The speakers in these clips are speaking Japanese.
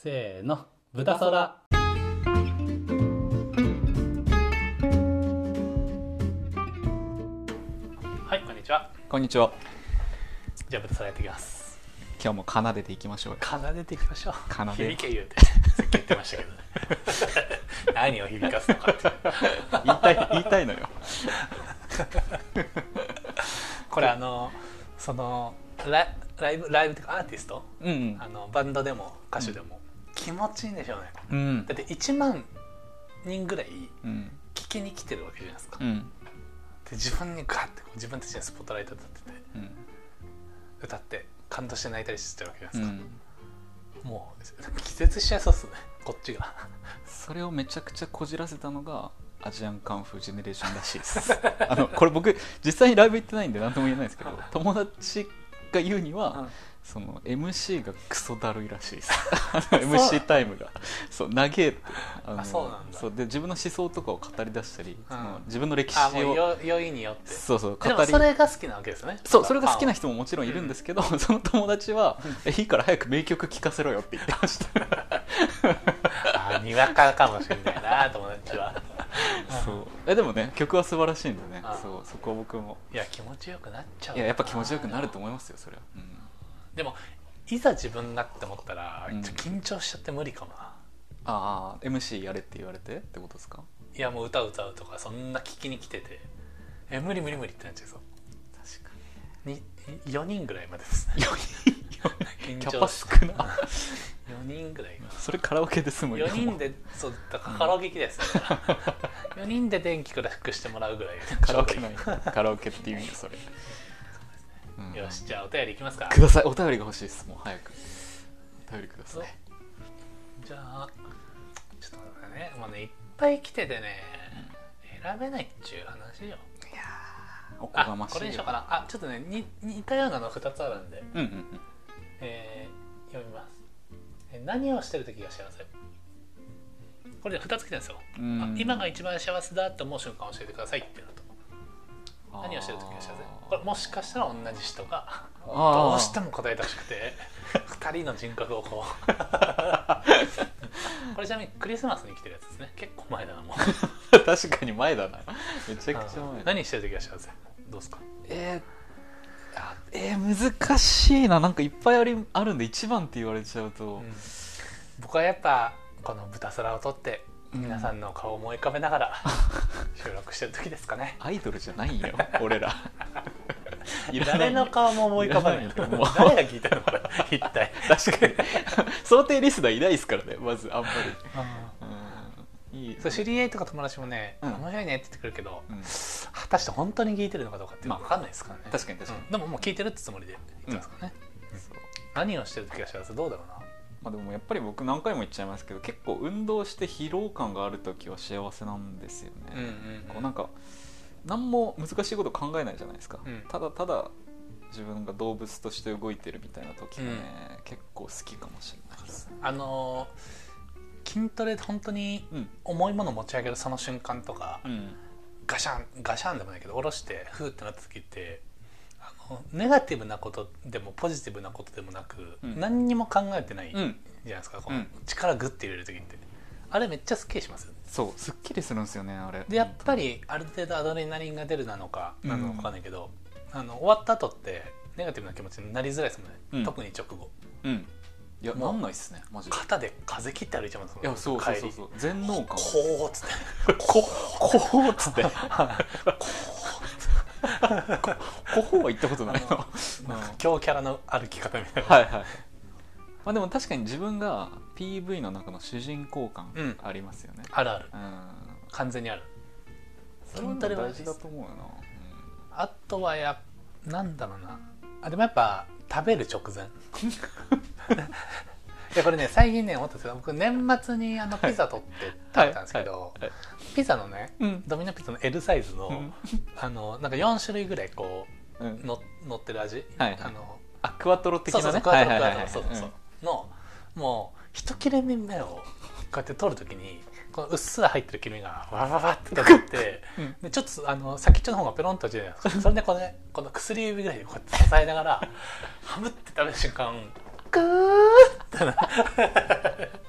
せーの、豚そら。はい、こんにちは。 こんにちは。 じゃあ豚そらやっていきます。 今日も奏でていきましょうよ。 奏でていきましょう。 奏で響け言うてさっき言ってましたけどね何を響かすのかって言いたいのよこれそのライブっていうかアーティスト、 うん、 バンドでも歌手でも、気持ちいいんでしょうね、 うん、 だって1万人ぐらいうん聞きに来てるわけじゃないですか、 うん、 で自分にガッて自分たちにスポットライト当たってて、 うん、 歌って感動して泣いたりしてるわけじゃないですか、 うん、 もう気絶しちゃいそうっすね、こっちがそれをめちゃくちゃこじらせたのがアジアンカンフージェネレーションらしいですこれ僕実際にライブ行ってないんで何とも言えないですけど、友達が言うには、その MC がクソだるいらしいですMC タイムがそう長えってそうなんだ。 そうで自分の思想とかを語り出したり、その自分の歴史をもう良いによってそう語り、でもそれが好きなわけですね。 そうそれが好きな人ももちろんいるんですけど、その友達は、いいから早く名曲聴かせろよって言ってましたにわかかもしれないな友達はそうでもね曲は素晴らしいんでね、そこは僕もいや気持ちよくなっちゃう。 いややっぱ気持ちよくなると思いますよそれは、 でもいざ自分がって思ったら、緊張しちゃって無理かもな。 ああ MC やれって言われてってことですか。 いやもう歌うとかそんな聞きに来てて無理ってなっちゃうぞ。 確かに 4人ぐらいまでですねキャパ少な 4人ぐらいそれカラオケで済むよ。 4人でそうだからカラオケ機ですね4人で電気暗くしてもらうぐらいカラオケないカラオケっていうんよそれよしじゃあお便りいきますか。 ください。お便りが欲しいです。もう早くお便りください。 じゃあちょっと待ってね、もうねいっぱい来ててね、選べないっちゅう話よ。いやおこがましいよ。 これにしようかな。ちょっとね似たようなの2つあるんで、読みます。何をしてる時が幸せ。これで2つ来てるんですよ。今が一番幸せだと思う瞬間を教えてくださいっていうのと、何をしてる時が幸せ。これもしかしたら同じ人がどうしても答えてほしくて2人の人格をこうこれちなみにクリスマスに来てるやつですね。結構前だなもう確かに前だな。めちゃくちゃ前。 何してる時が幸せ。どうですか。 難しいな。なんかいっぱいあるんで一番って言われちゃうと、 僕はやっぱこの豚皿を取って皆さんの顔を思い浮かべながら収録してる時ですかね。 アイドルじゃないよ俺ら誰の顔も思い浮かばない。誰が聞いてるのこれ一体。確かに想定リスナーいないですからねまずあんまり。 そう知り合いとか友達もね、面白いねって言ってくるけど、果たして本当に聞いてるのかどうかって分かんないですからね。 確かにでももう聞いてるってつもりで言ってますからね。何をしてる時が幸せ。どうだろうな。 でもやっぱり僕何回も言っちゃいますけど、結構運動して疲労感がある時は幸せなんですよね。こうなんか何も難しいこと考えないじゃないですか、ただただ自分が動物として動いてるみたいな時がね、結構好きかもしれないです。 筋トレで本当に重いもの持ち上げるその瞬間とか、ガシャンでもないけど下ろしてフーってなった時って、ネガティブなことでもポジティブなことでもなく、何にも考えてないじゃないですか、この力グッて入れる時って。あれめっちゃスッキリしますよね。 そうすっきりするんですよねあれで。やっぱりある程度アドレナリンが出るなのかなのか分かんないけど、終わった後ってネガティブな気持ちになりづらいですもんね、特に直後。 いやなんないっすねマジで。 肩で風切って歩いちゃいますもんね。 いやそう全能感こうっつってこうっつってこほうは行ったことないの強キャラの歩き方みたいな。 でも確かに自分が PV の中の主人公感ありますよね。 あるある、完全にある。 それは大事だと思うよな。 あとはなんだろうな。でもやっぱ食べる直前いやこれね最近ね思ったんですけど、僕年末にピザ取って食べたんですけど、ピザのね、ドミノピザの L サイズのなんか4種類ぐらいこう乗ってる味、 クワトロ的なね、 クワトロそうのもう一切れ目をこうやって取るときにこのうっすら入ってる黄身がわわわって取ってでちょっと先っちょの方がペロンと落ちるじゃないですか。それでこの薬指ぐらいでこうやって支えながらハムって食べる瞬間グーって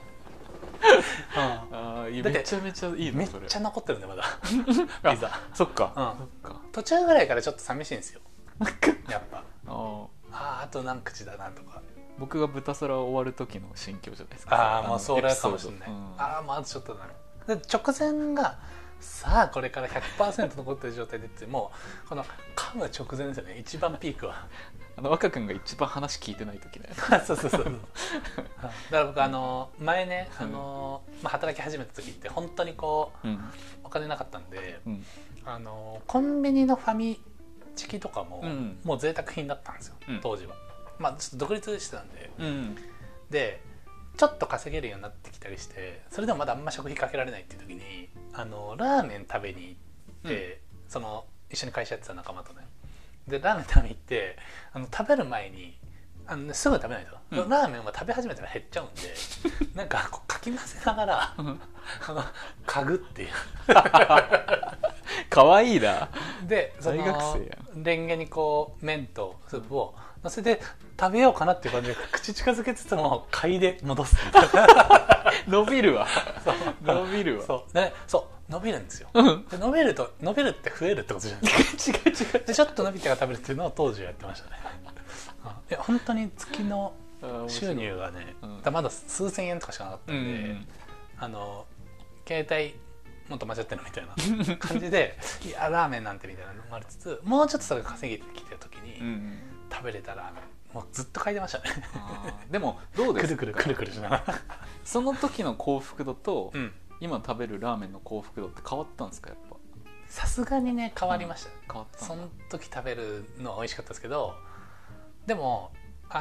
めちゃめちゃいいのめっちゃ残ってるんだまだピザそっか、 そっか途中ぐらいからちょっと寂しいんですよやっぱあと何口だなとか僕が豚皿終わる時の心境じゃないですか。 もうそれかもしれない、もうあとちょっとだなで直前がさあこれから 100% 残ってる状態でってもうこの噛む直前ですよね一番ピークは若君が一番話聞いてない時ねそうだから僕前ね働き始めた時って本当にこう、お金なかったんで、コンビニのファミチキとかも、もう贅沢品だったんですよ、当時は。ちょっと独立してたんで、でちょっと稼げるようになってきたりしてそれでもまだあんま食費かけられないっていう時にラーメン食べに行って、一緒に会社やってた仲間とねでラーメン食べに行って食べる前にすぐ食べないと、ラーメンは食べ始めたら減っちゃうんでなんかこうかき混ぜながら嗅ぐっていうかわいいなで大学生やんレンゲにこう麺とスープを乗せて食べようかなっていう感じで口近づけつつも嗅いで戻すみたいな伸びるわ伸びるわそう伸びるんですよで伸びるって増えるってことじゃないですか違うでちょっと伸びてから食べるっていうのを当時やってましたねいや本当に月の収入がねまだ数千円とかしかなかったんで、携帯もっと間違ってるみたいな感じでいやラーメンなんてみたいなのもありつつもうちょっとそれが稼げてきた時に、食べれたラーメンもうずっと嗅いでましたねでもどうですかくるくるしながらその時の幸福度と、今食べるラーメンの幸福度って変わったんですかやっぱさすがにね変わりました、 変わったその時食べるのは美味しかったですけどでも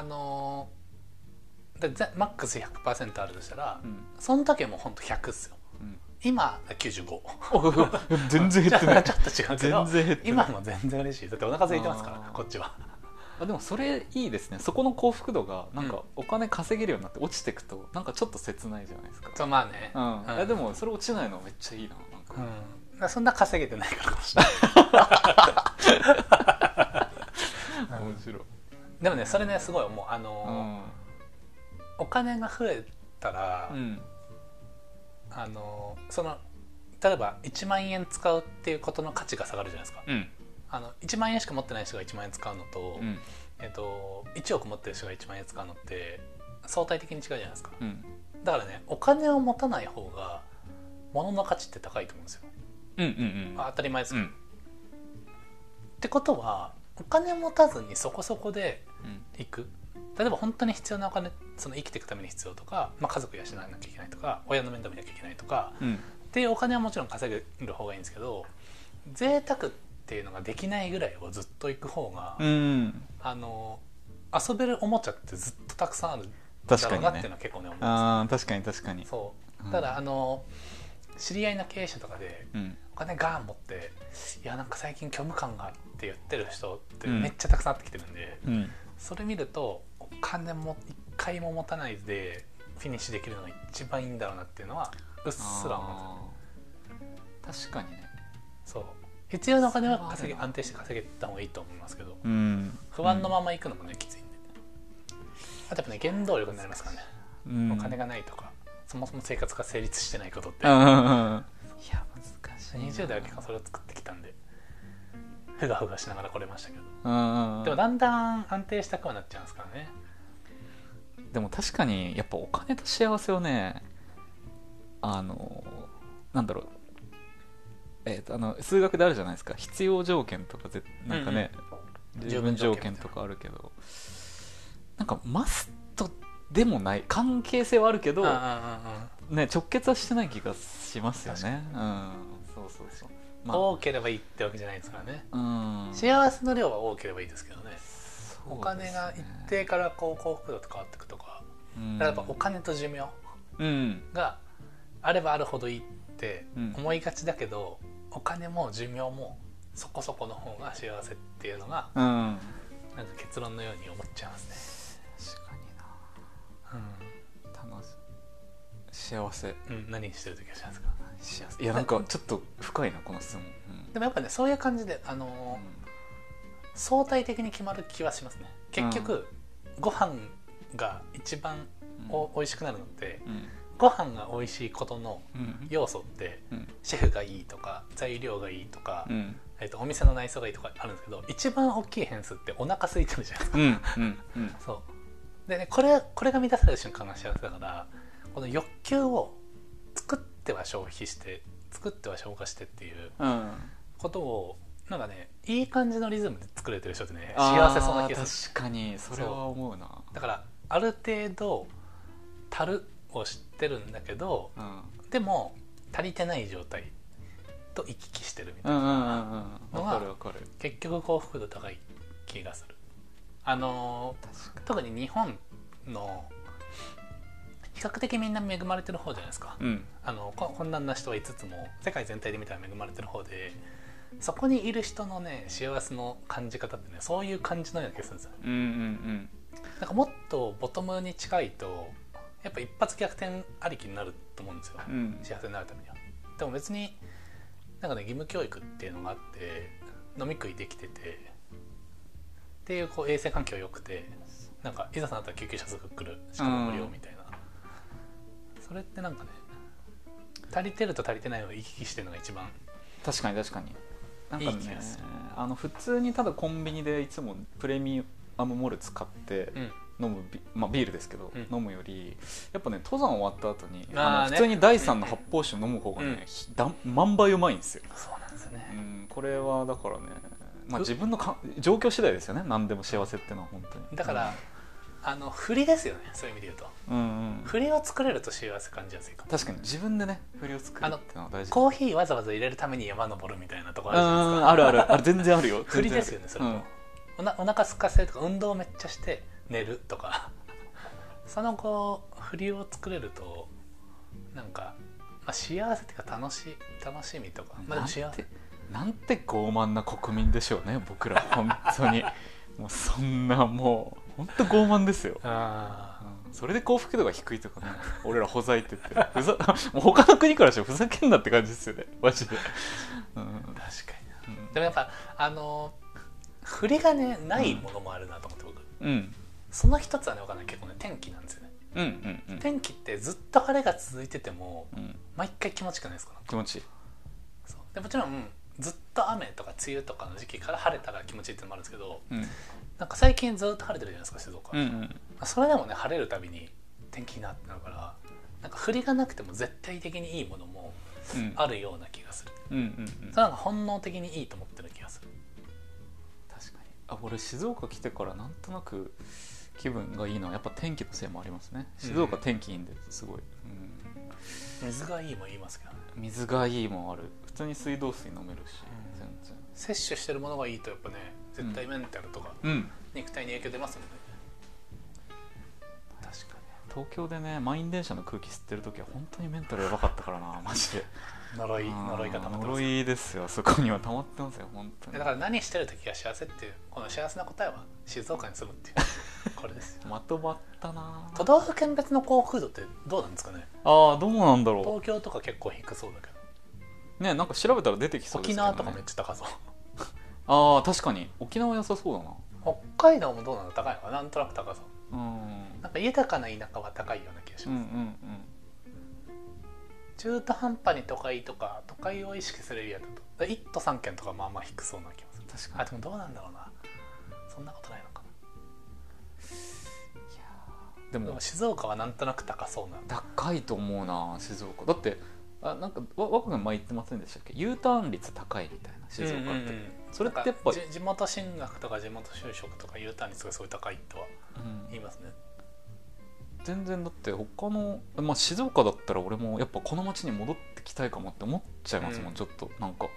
マックス 100% あるとしたら、その時はもうほんと100っすよ、今95 全然減ってないちょっと違うけど全然減ってない今も全然嬉しいだってお腹空いてますからこっちはでもそれいいですねそこの幸福度がなんかお金稼げるようになって落ちていくとなんかちょっと切ないじゃないですかそうまあね、 でもそれ落ちないのめっちゃいいななんか、そんな稼げてないからかもしれない面白いでもねそれねすごい思うお金が増えたら、例えば1万円使うっていうことの価値が下がるじゃないですか、1万円しか持ってない人が1万円使うのと、1億持ってる人が1万円使うのって相対的に違うじゃないですか、だからねお金を持たない方が物の価値って高いと思うんですよ、当たり前ですけど、ってことはお金持たずにそこそこでいく、例えば本当に必要なお金生きていくために必要とか、家族養わなきゃいけないとか親の面倒見なきゃいけないとか、っていうお金はもちろん稼げる方がいいんですけど贅沢っていうのができないぐらいをずっと行く方が、遊べるおもちゃってずっとたくさんあるんだろうなっていうのは結構ね思いますね。 確かにそうただ知り合いの経営者とかで、お金ガーン持っていやなんか最近虚無感がって言ってる人ってめっちゃたくさんあってきてるんで、それ見るとお金も一回も持たないでフィニッシュできるのが一番いいんだろうなっていうのはうっすら思う。確かにね。 そう必要なお金は安定して稼げた方がいいと思いますけど、不安のままいくのもねきついんで、あとやっぱね原動力になりますからね、お金がないとかそもそも生活が成立してないことって、いや難しい20代は結構それを作ってきたんでふがふがしながら来れましたけど、でもだんだん安定したくはなっちゃうんですからね。 でも確かにやっぱお金と幸せをねなんだろう数学であるじゃないですか、必要条件とかなんかね、十分条件とかあるけど、なんかマストでもない関係性はあるけど、ね、直結はしてない気がしますよね。そう、 多ければいいってわけじゃないですからね、幸せの量は多ければいいですけどね、お金が一定からこう幸福度と変わっていくとか、例えばお金と寿命があればあるほどいいって思いがちだけど、お金も寿命もそこそこの方が幸せっていうのが、なんか結論のように思っちゃいますね。 確かにな、楽しい幸せ、 何してる時はしますか？ 幸せ。いやなんかちょっと深いなこの質問、 でもやっぱねそういう感じで相対的に決まる気はしますね。結局、ご飯が一番美味しくなるのって、 ご飯が美味しいことの要素って、シェフがいいとか材料がいいとか、お店の内装がいいとかあるんですけど、一番大きい変数ってお腹空いてるじゃないですか。そうでね、これが満たされる瞬間が幸せだから、この欲求を作っては消費して作っては消化してっていうことをなんかね、いい感じのリズムで作れてる人ってね、幸せそうな気がする。 確かにそれは思うな。 だからある程度足るを知ってるんだけど、でも足りてない状態と行き来してるみたいなのが結局幸福度高い気がする。特に日本の比較的みんな恵まれてる方じゃないですか、困難な人は5つも世界全体で見たら恵まれてる方で、そこにいる人のね幸せの感じ方ってね、そういう感じのような気がするんですよ。なんかもっとボトムに近いとやっぱ一発逆転ありきになると思うんですよ、幸せになるためには。でも別になんかね、義務教育っていうのがあって飲み食いできててっていう、こう衛生環境良くて、なんかいざとなったら救急車すぐ来る、しかも無料みたいな、それってなんかね、足りてると足りてないのを行き来してるのが一番確かになんかね、 いい気がする。 普通にただコンビニでいつもプレミアムモル使って飲むビールですけど、飲むよりやっぱね、登山終わった後に普通に第3の発泡酒飲む方がね、万倍うまいんですよ。 そうなんですよね、 これはだからね、自分の状況次第ですよね、何でも幸せってのは本当に。 だから、振りですよね、そういう意味で言うと、振りを作れると幸せ感じやすいかも。 確かに自分でね振りを作るってのは大事。 コーヒーわざわざ入れるために山登るみたいなところあるじゃないですか。 ある全然あるよ。 振りですよね、それと、お腹空かせるとか運動めっちゃして寝るとかその後振りを作れるとなんか、幸せっていうか楽しみとか、でも幸せなんて傲慢な国民でしょうね、僕ら本当にもうそんなもう本当傲慢ですよ。それで幸福度が低いとかね、俺らほざいててもう他の国からしてふざけんなって感じですよね、マジで。確かに、でもやっぱ振りがねないものもあるなと思って、僕、その一つはね分かんない、結構ね天気なんですよね。天気ってずっと晴れが続いてても、毎回気持ちくないですか？ 気持ちいい。 そうでもちろんずっと雨とか梅雨とかの時期から晴れたら気持ちいいってのもあるんですけど、なんか最近ずっと晴れてるじゃないですか、静岡。それでもね、晴れるたびに天気いいなってなるから、なんか振りがなくても絶対的にいいものもあるような気がする。それなんか本能的にいいと思ってる気がする。 確かに。俺静岡来てからなんとなく気分がいいのはやっぱ天気のせいもありますね。静岡天気いいんですごい、 水がいいも言いますけどね。 水がいいもある。普通に水道水飲めるし、全然摂取してるものがいいとやっぱね、絶対メンタルとか、肉体に影響出ますもんね。 確かに東京でね、満員電車の空気吸ってる時は本当にメンタルやばかったからな、マジで。 呪いが溜まってます。 呪いですよ、そこには溜まってますよ本当に。 だから何してる時が幸せっていう、この幸せな答えは静岡に住むっていうこれですよ。 まとまったな。 都道府県別の幸福度ってどうなんですかね。 どうなんだろう。 東京とか結構低そうだけどね、なんか調べたら出てきそうですけどね。 沖縄とかめっちゃ高そう。 確かに沖縄良さそうだな。 北海道もどうなの、高いのかなんとなく高そう。なんか豊かな田舎は高いような気がします。中途半端に都会とか都会を意識するエリアだと1都3県とかまあまあ低そうな気がする。確かに。でもどうなんだろうな、そんなことないのかな。でも静岡はなんとなく高そうな。 高いと思うな、静岡。だってなんか若が前言ってませんでしたっけ、 U ターン率高いみたいな、静岡って。それってやっぱ地元進学とか地元就職とか U ターン率がすごい高いとは言いますね。 全然だって他の、静岡だったら俺もやっぱこの町に戻ってきたいかもって思っちゃいますもん、ちょっとなんか、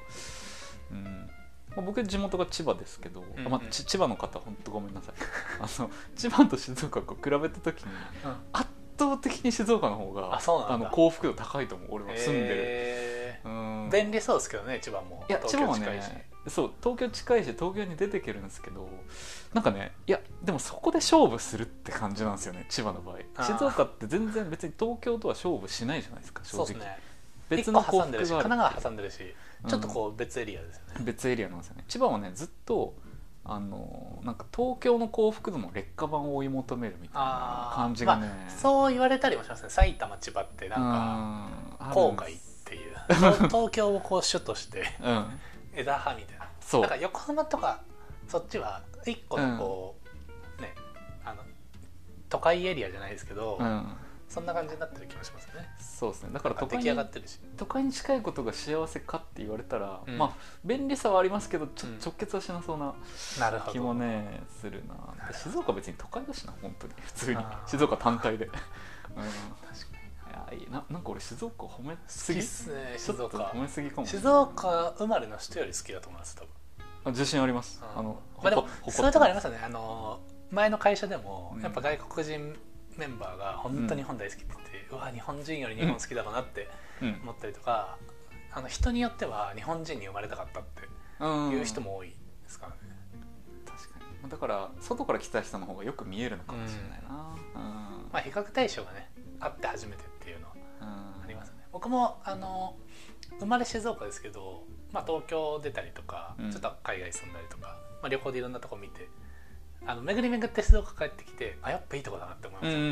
僕地元が千葉ですけど、千葉の方本当ごめんなさい千葉と静岡を比べた時に、圧倒的に静岡の方が幸福度高いと思う、俺は住んでる。 便利そうですけどね、千葉も。 いや千葉はね、そう東京近いし東京に出てけるんですけど、なんかね、いやでもそこで勝負するって感じなんですよね、千葉の場合。静岡って全然別に東京とは勝負しないじゃないですか、正直。そうですね、 別の幸福があるし、神奈川挟んでるし、ちょっとこう別エリアですよね。 別エリアなんですよね。千葉はね、ずっとなんか東京の幸福度の劣化版を追い求めるみたいな感じがね、 そう言われたりもしますね。埼玉千葉ってなんか郊外っていう東京をこう首都して枝葉みたいな。そうなんか横浜とかそっちは一個のこう、ね、都会エリアじゃないですけど、そんな感じになってる気がしますね。 そうですね。だから出来上がってるし、 都会に近いことが幸せかって言われたら、まあ便利さはありますけど直結はしなそうな気もねするな。静岡は別に都会だしな、本当に普通に静岡単体で確かに。いやなんか俺静岡褒めすぎっすね。静岡褒めすぎかも。 静岡生まれの人より好きだと思います多分。 自信あります。 でもそういうとこありますよね。前の会社でもやっぱ外国人メンバーが本当に日本大好きって言って、うわ日本人より日本好きだろうなって思ったりとか、人によっては日本人に生まれたかったっていう人も多いですからね。 確かに。だから外から来た人の方がよく見えるのかもしれないな。 まあ比較対象がねあって初めてっていうのはありますね。僕も生まれ静岡ですけど、まあ、東京出たりとか、ちょっと海外住んだりとか、まあ、旅行でいろんなとこ見て巡り巡って静岡帰ってきて、やっぱいいとこだなって思います。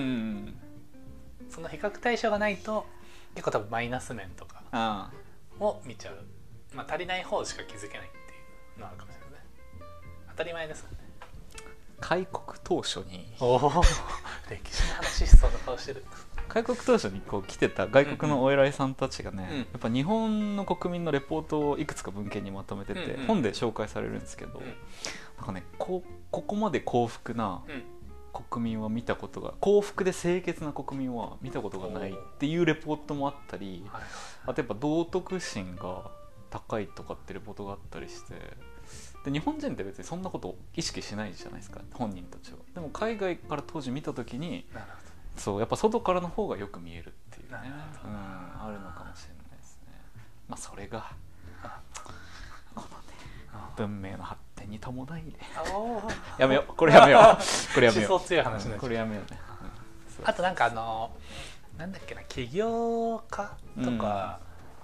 その比較対象がないと結構多分マイナス面とかを見ちゃう、まあ、足りない方しか気づけないっていうのはあるかもしれないね。当たり前ですもんね。 開国当初に歴史の話しそうな顔してる。 開国当初にこう来てた外国のお偉いさんたちがね、やっぱ日本の国民のレポートをいくつか文献にまとめてて、本で紹介されるんですけど、なんかねここまで幸福な国民は見たことが、幸福で清潔な国民は見たことがないっていうレポートもあったり、あとやっぱ道徳心が高いとかってレポートがあったりして、で日本人って別にそんなことを意識しないじゃないですか、本人たちは。でも海外から当時見た時にそうやっぱ外からの方がよく見えるっていうね、あるのかもしれないですね。まあそれがこのね文明の発展に伴いやめよう、これやめようこれやめよう、 思想強い話になっちゃう。 これやめようね。 あとなんかなんだっけな、起業家とか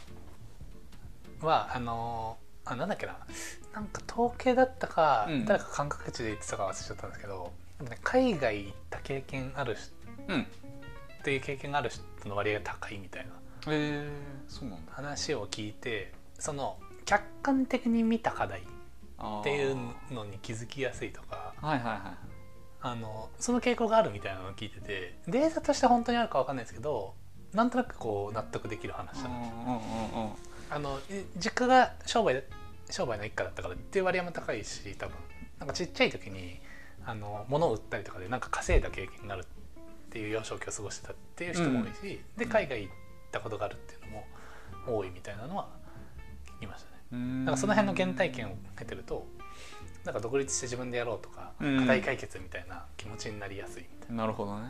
はなんだっけな、なんか統計だったか、誰か感覚値で言ってたか忘れちゃったんですけど、海外行った経験あるっていう経験がある人の割合が高いみたいなそうなんだ話を聞いて、その客観的に見た課題っていうのに気づきやすいとか、その傾向があるみたいなのを聞いてて、データとして本当にあるか分かんないですけど、なんとなくこう納得できる話だな。実家が商売の一家だったからっていう割合も高いし、多分なんかちっちゃい時に物を売ったりとかでなんか稼いだ経験があるっていう幼少期を過ごしてたっていう人も多いし、で海外行ったことがあるっていうのも多いみたいなのは聞きましたね。なんかその辺の原体験を経てると、なんか独立して自分でやろうとか、課題解決みたいな気持ちになりやすいみたいな。 なるほどね。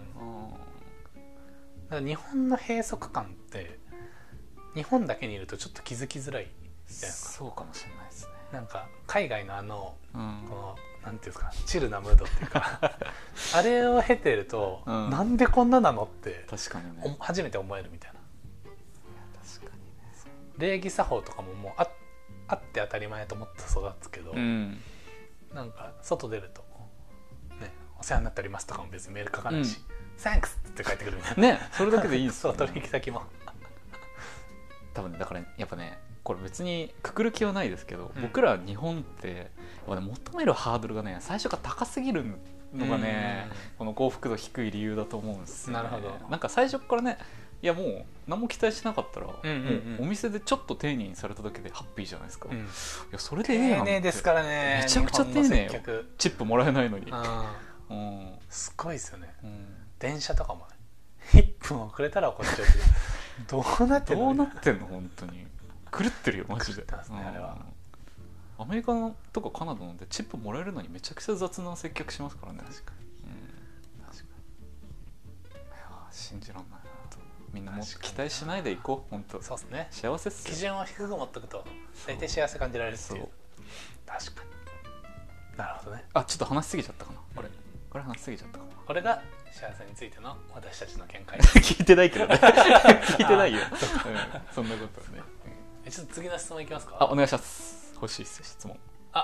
だから日本の閉塞感って日本だけにいるとちょっと気づきづらいみたいな。 そうかもしれないですね。 なんか海外のこのなんていうんですか、チルなムードっていうかあれを経てると、なんでこんななのって確かに、ね、 初めて思えるみたいな。 確かにね。 礼儀作法とかももうあって当たり前と思って育つけど、なんか外出ると、ね、お世話になっておりますとかも別にメール書かないし、Thanks って返ってくるみたいなね、それだけでいいですよ、ね、 そう、取引先も多分だからやっぱね、これ別にくくる気はないですけど、僕ら日本って求めるハードルがね最初から高すぎるのがね、この幸福度低い理由だと思うんですよね。 なるほど。 なんか最初からね、いやもう何も期待しなかったら、もうお店でちょっっと丁寧にされただけでハッピーじゃないですか、いやそれでええやんって。 丁寧ですからね、 めちゃくちゃ丁寧よ。チップもらえないのに、 すごいですよね、電車とかも1分遅れたら怒っちゃうけどどうなってんの本当に狂ってるよマジで。 狂ってますね、あれは。 アメリカとかカナダなんでチップもらえるのにめちゃくちゃ雑な接客しますからね。確かに、確かに。いや信じらんないなと。みんなもっと期待しないでいこう。本当。 そうですね。 幸せっすよ。 基準を低く持っとくと大体幸せ感じられるっていう。確かに。なるほどね。 ちょっと話しすぎちゃったかな。これ話しすぎちゃったかな。 これが幸せについての私たちの見解聞いてないけどね聞いてないよそんなことはね。 ちょっと次の質問いきますか。 お願いします。欲しいっす質問。 こ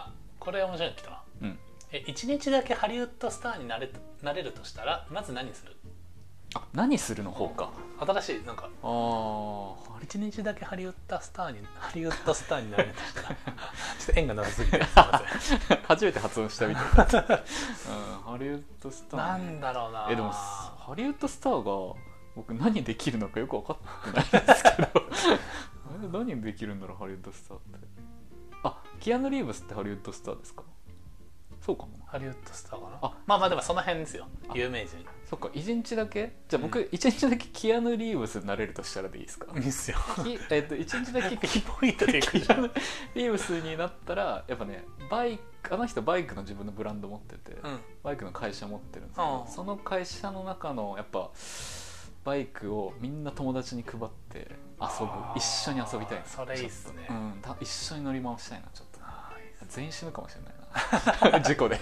これ面白いの来たな、1日だけハリウッドスターになれるとしたらまず何する？ 何するの方か。 新しいなんか1日だけハリウッドスターになれるとしたらちょっと縁が長すぎて初めて発音したみたいな、ハリウッドスター、 なんだろうな。 でもハリウッドスターが僕何できるのかよく分かってないんですけど何できるんだろうハリウッドスターって。キアヌ・リーブスってハリウッドスターですか？そうかもな。 ハリウッドスターかな。まあでもその辺ですよ、有名人。 そっか、1日だけじゃあ僕1日だけキアヌ・リーブスになれるとしたらでいいですか？ いいっすよ。 1日だけピンポイントでいくじゃん。 リーブスになったらやっぱね、あの人バイクの自分のブランド持ってて、バイクの会社持ってるんですけど、その会社の中のやっぱバイクをみんな友達に配って遊ぶ、一緒に遊びたいな。 それいいっすね。 一緒に乗り回したいな。ちょっと全員死ぬかもしれないな事故で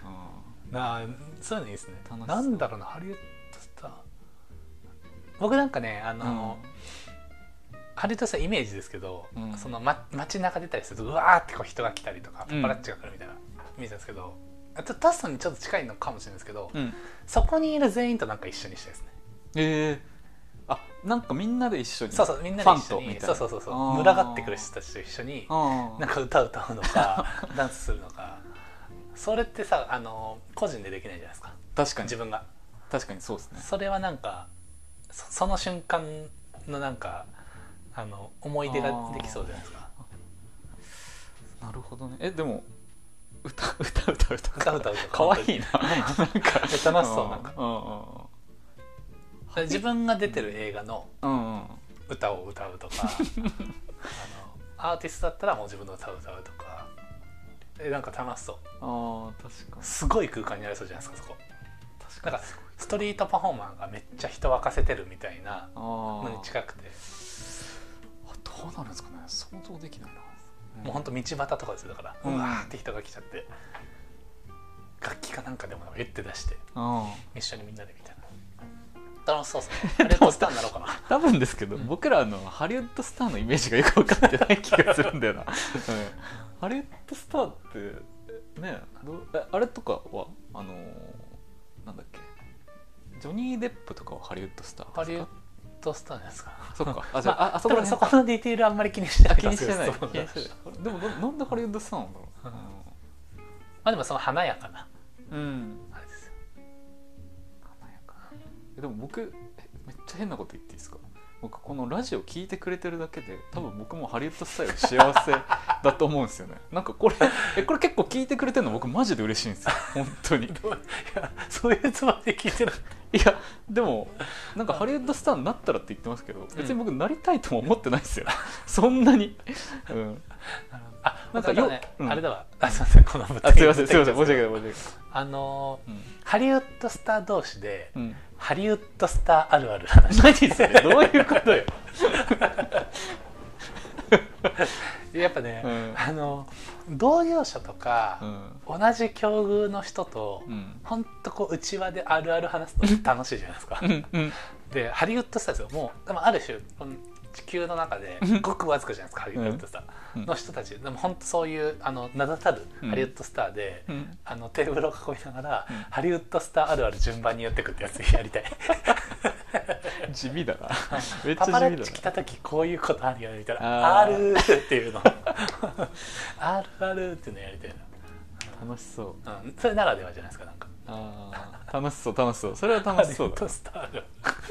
そういうのいいですね。なんだろうな、ハリウッドスター。僕なんかね、ハリウッドスターイメージですけど、その街中出たりするとうわーってこう人が来たりとかパパラッチが来るみたいなイメージなんですけど、タスさんにちょっと近いのかもしれないですけど、そこにいる全員となんか一緒にしたいですね。 なんかみんなで一緒に、 そうみんなで一緒に、そう群がってくる人たちと一緒になんか歌うのかダンスするのか。それってさ、個人でできないじゃないですか。 確かに自分が。 確かにそうですね。 それはなんかその瞬間のなんか思い出ができそうじゃないですか。 なるほどね。でも歌かわいいな。 なんか楽しそう。なんか自分が出てる映画の歌を歌うとか、アーティストだったらもう自分の歌を歌うとか、なんか楽しそう。 確かにすごい空間になりそうじゃないですか、そこ。なんかストリートパフォーマーがめっちゃ人沸かせてるみたいなのに近くて。 どうなるんですかね、想像できないな。 もうほんと道端とかですよ。だからうわーって人が来ちゃって、楽器かなんかでも言って出して一緒にみんなでみたいな。楽しそうですね。ハリウッドスターになろうかな。 多分ですけど、僕らハリウッドスターのイメージがよく分かってない気がするんだよな。ハリウッドスターってね、あれとかはなんだっけ、ジョニー・デップとかはハリウッドスター。 ハリウッドスターじゃないですか。 そっか。じゃあそこのディテールあんまり気にしてない。 気にしてない。でもなんでハリウッドスターなんだろう。 でもその華やかな。 あれですよ。華やかな。でも僕めっちゃ変なこと言っていいですか？僕このラジオ聞いてくれてるだけで多分僕もハリウッドスタイル幸せだと思うんですよね。なんかこれ結構聞いてくれてるの僕マジで嬉しいんですよ、本当に。いや、そういうつもりで聞いてる。 いやでもなんかハリウッドスターになったらって言ってますけど、別に僕なりたいとも思ってないですよ、そんなに。 なんかあれだわ。すいません、この舞台。 すいません申し訳ない。 ハリウッドスター同士でハリウッドスターあるある話。 何それ、どういうことよ。 やっぱね、同業者とか、同じ境遇の人と、ほんとこう内輪であるある話すと楽しいじゃないですか。でハリウッドスターですよ。もうでもある種地球の中でごくわずかじゃないですか、ハリウッドスターの人たち。でも本当そういう名だたるハリウッドスターで、テーブルを囲みながら、ハリウッドスターあるある順番に言ってくってやつやりたい。 地味だな。めっちゃ地味だな。 パパラッチ来た時こういうことあるよみたいな、あるっていうのあるあるっていうのやりたいな。 楽しそう。 それならではじゃないですか。なんか楽しそう。それは楽しそうだ。ハリウッドスター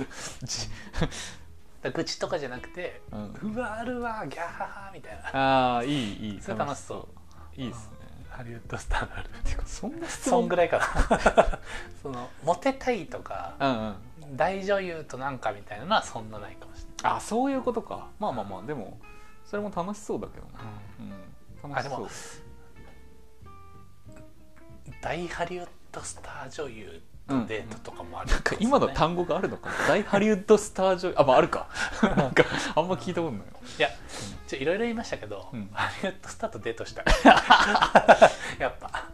愚痴とかじゃなくて、うわあるわギャーハハみたいな。 いい。 それ楽しそう。 いいですね。 ハリウッドスターがある。 てかそんな質問ぐらいかな。モテたいとか、大女優となんかみたいなのはそんなないかもしれない。 そういうことか。まあでもそれも楽しそうだけどな。楽しそう。 大ハリウッドスター女優とデートとかもある、 なんか今の単語があるのかな。大ハリウッドスター女優、あるか。なんかあんま聞いたことない。いやいろいろ言いましたけど、ハリウッドスターとデートしたい。やっぱ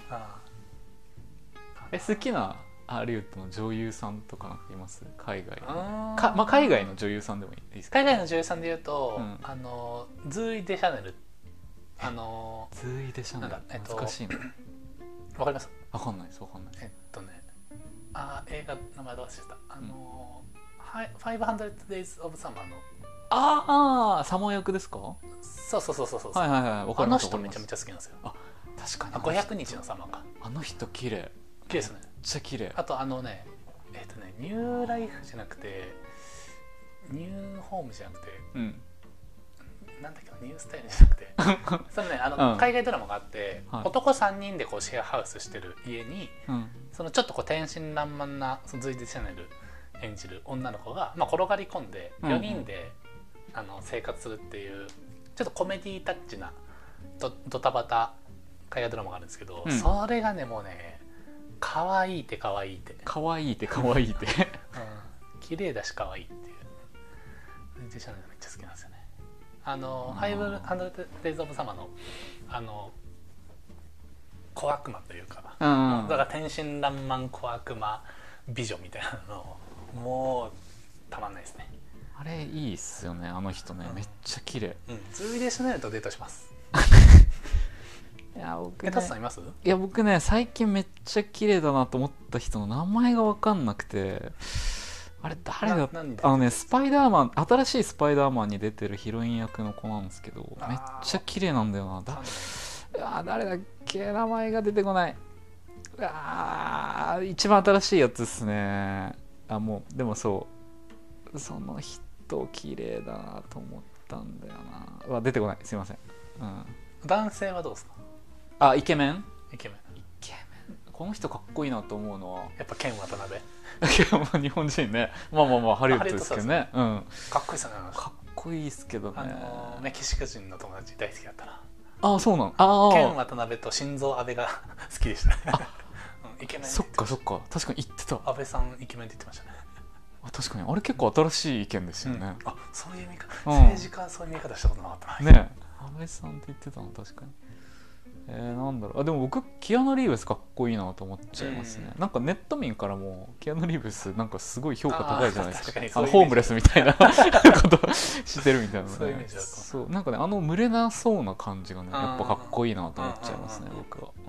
好きなハリウッドの女優さんとかいます？海外海外の女優さんでもいいですか？ 海外の女優さんでいうと、ズーイ・デシャネルズーイ・デシャネル難しいな。 わかります？ わかんないです。 映画名前どうしてた500 Days of Summer のサマー役ですか？ そう、 はいはいはい、わかります。 あの人めちゃめちゃ好きなんですよ。 確かに 500日のサマーか。 あの人綺麗ですね。めっちゃ綺麗。 あとニューライフじゃなくてニューホームじゃなくて、なんだっけニュースタイルじゃなくてそのね海外ドラマがあって、男3人でこうシェアハウスしてる家に、そのちょっとこう天真爛漫なズーイ・デシャネル演じる女の子が、転がり込んで4人で、生活するっていうちょっとコメディタッチなドタバタ海外ドラマがあるんですけど、それがねもうね可愛いって綺麗だし可愛いっていうデシャネルめっちゃ好きなんですよね。500 Days of Summer の小悪魔というか、だから天真爛漫小悪魔美女みたいなのもうたまんないですね。 あれいいっすよね。あの人ね、めっちゃ綺麗。 ズーイ・デシャネルとデートします。 いや僕ね、 タツさんいます？ いや僕ね最近めっちゃ綺麗だなと思った人の名前が分かんなくて、あれ誰だスパイダーマン、新しいスパイダーマンに出てるヒロイン役の子なんですけど、めっちゃ綺麗なんだよな。誰だっけ、名前が出てこない。一番新しいやつですね。もうでもその人綺麗だなと思ったんだよな。出てこない、すいません。 男性はどうですか？ イケメン。この人かっこいいなと思うのはやっぱケン渡辺。 日本人ね。まあハリウッドですけどね。 かっこいいっすね。 かっこいいっすけどね。 メキシコ人の友達大好きだったな。 そうなの。 ケン渡辺と心臓安倍が好きでしたね。イケメン。 そっか確かに言ってた。 安倍さんイケメンって言ってましたね。 確かにあれ結構新しい意見ですよね。 そういう見方、政治家そういう見方したことなかったな。 ね、安倍さんって言ってたの確かに。なんだろう。でも僕キアヌ・リーブスかっこいいなと思っちゃいますね。なんかネット民からもキアヌ・リーブスなんかすごい評価高いじゃないですか。ホームレスみたいなことしてるみたいなね。そういうイメージだった。そうなんかね群れなそうな感じがねやっぱかっこいいなと思っちゃいますね僕は。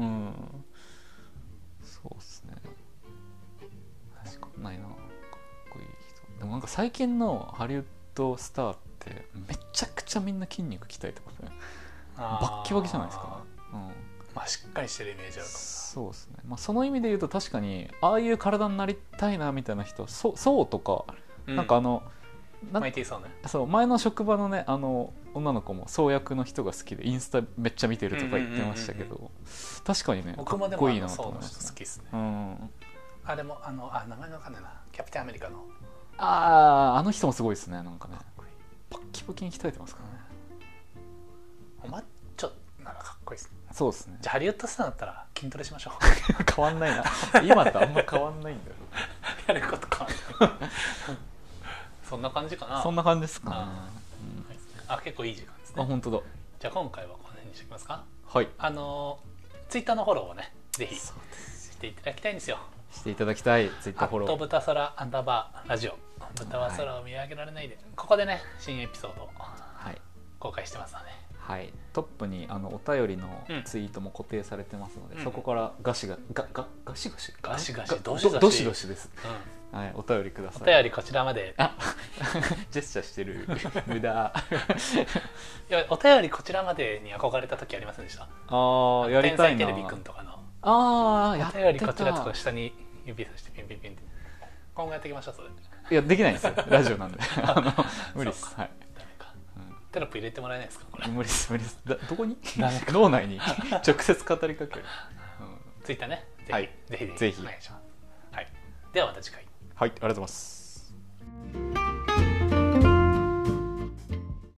そうですね。確かにないな。でもなんか最近のハリウッドスターってめちゃくちゃみんな筋肉鍛えてますね。バッキバキじゃないですか。 しっかりしてるイメージあるかも。 そうですね。その意味で言うと確かにああいう体になりたいなみたいな人、そうとか、なんかマイティーそうね。 そう前の職場のね女の子も創薬の人が好きでインスタめっちゃ見てるとか言ってましたけど、確かにねかっこいいなと思いますね。 好きですね。でも名前がわかんないな。キャプテンアメリカの。 あの人もすごいですね。なんかねバッキバキに鍛えてますからね。 マッチョならかっこいいですね。 そうですね。 じゃあハリウッドスターだったら筋トレしましょう。 変わんないな。今とあんま変わんないんだよ。 やること変わんない。そんな感じかな。 そんな感じですかね。 結構いい時間ですね。 本当だ。 じゃあ今回はこの辺にしておきますか。 はい。 ツイッターのフォローをねぜひしていただきたいんですよ。 していただきたい。ツイッターフォロー。 豚空_ラジオ。豚は空を見上げられないで、ここでね新エピソードを公開してますので、 はい、トップにお便りのツイートも固定されてますので、そこからガシどしどしです。はい、お便りください。 お便りこちらまで。 ジェスチャーしてる。無駄。 いやお便りこちらまでに憧れた時ありませんでした？ やりたいな。天才テレビくんとかの。 お便りこちらとか下に指さしてピンピンピンって。今後やっていきましょうそれ。 いやできないんですよ。ラジオなんで。無理です。はい。 テロップ入れてもらえないですかこれ。 無理です。どこに？脳内に直接語りかける。 ツイッターね。ぜひぜひお願いします。はい。ではまた次回。 はい、ありがとうございます。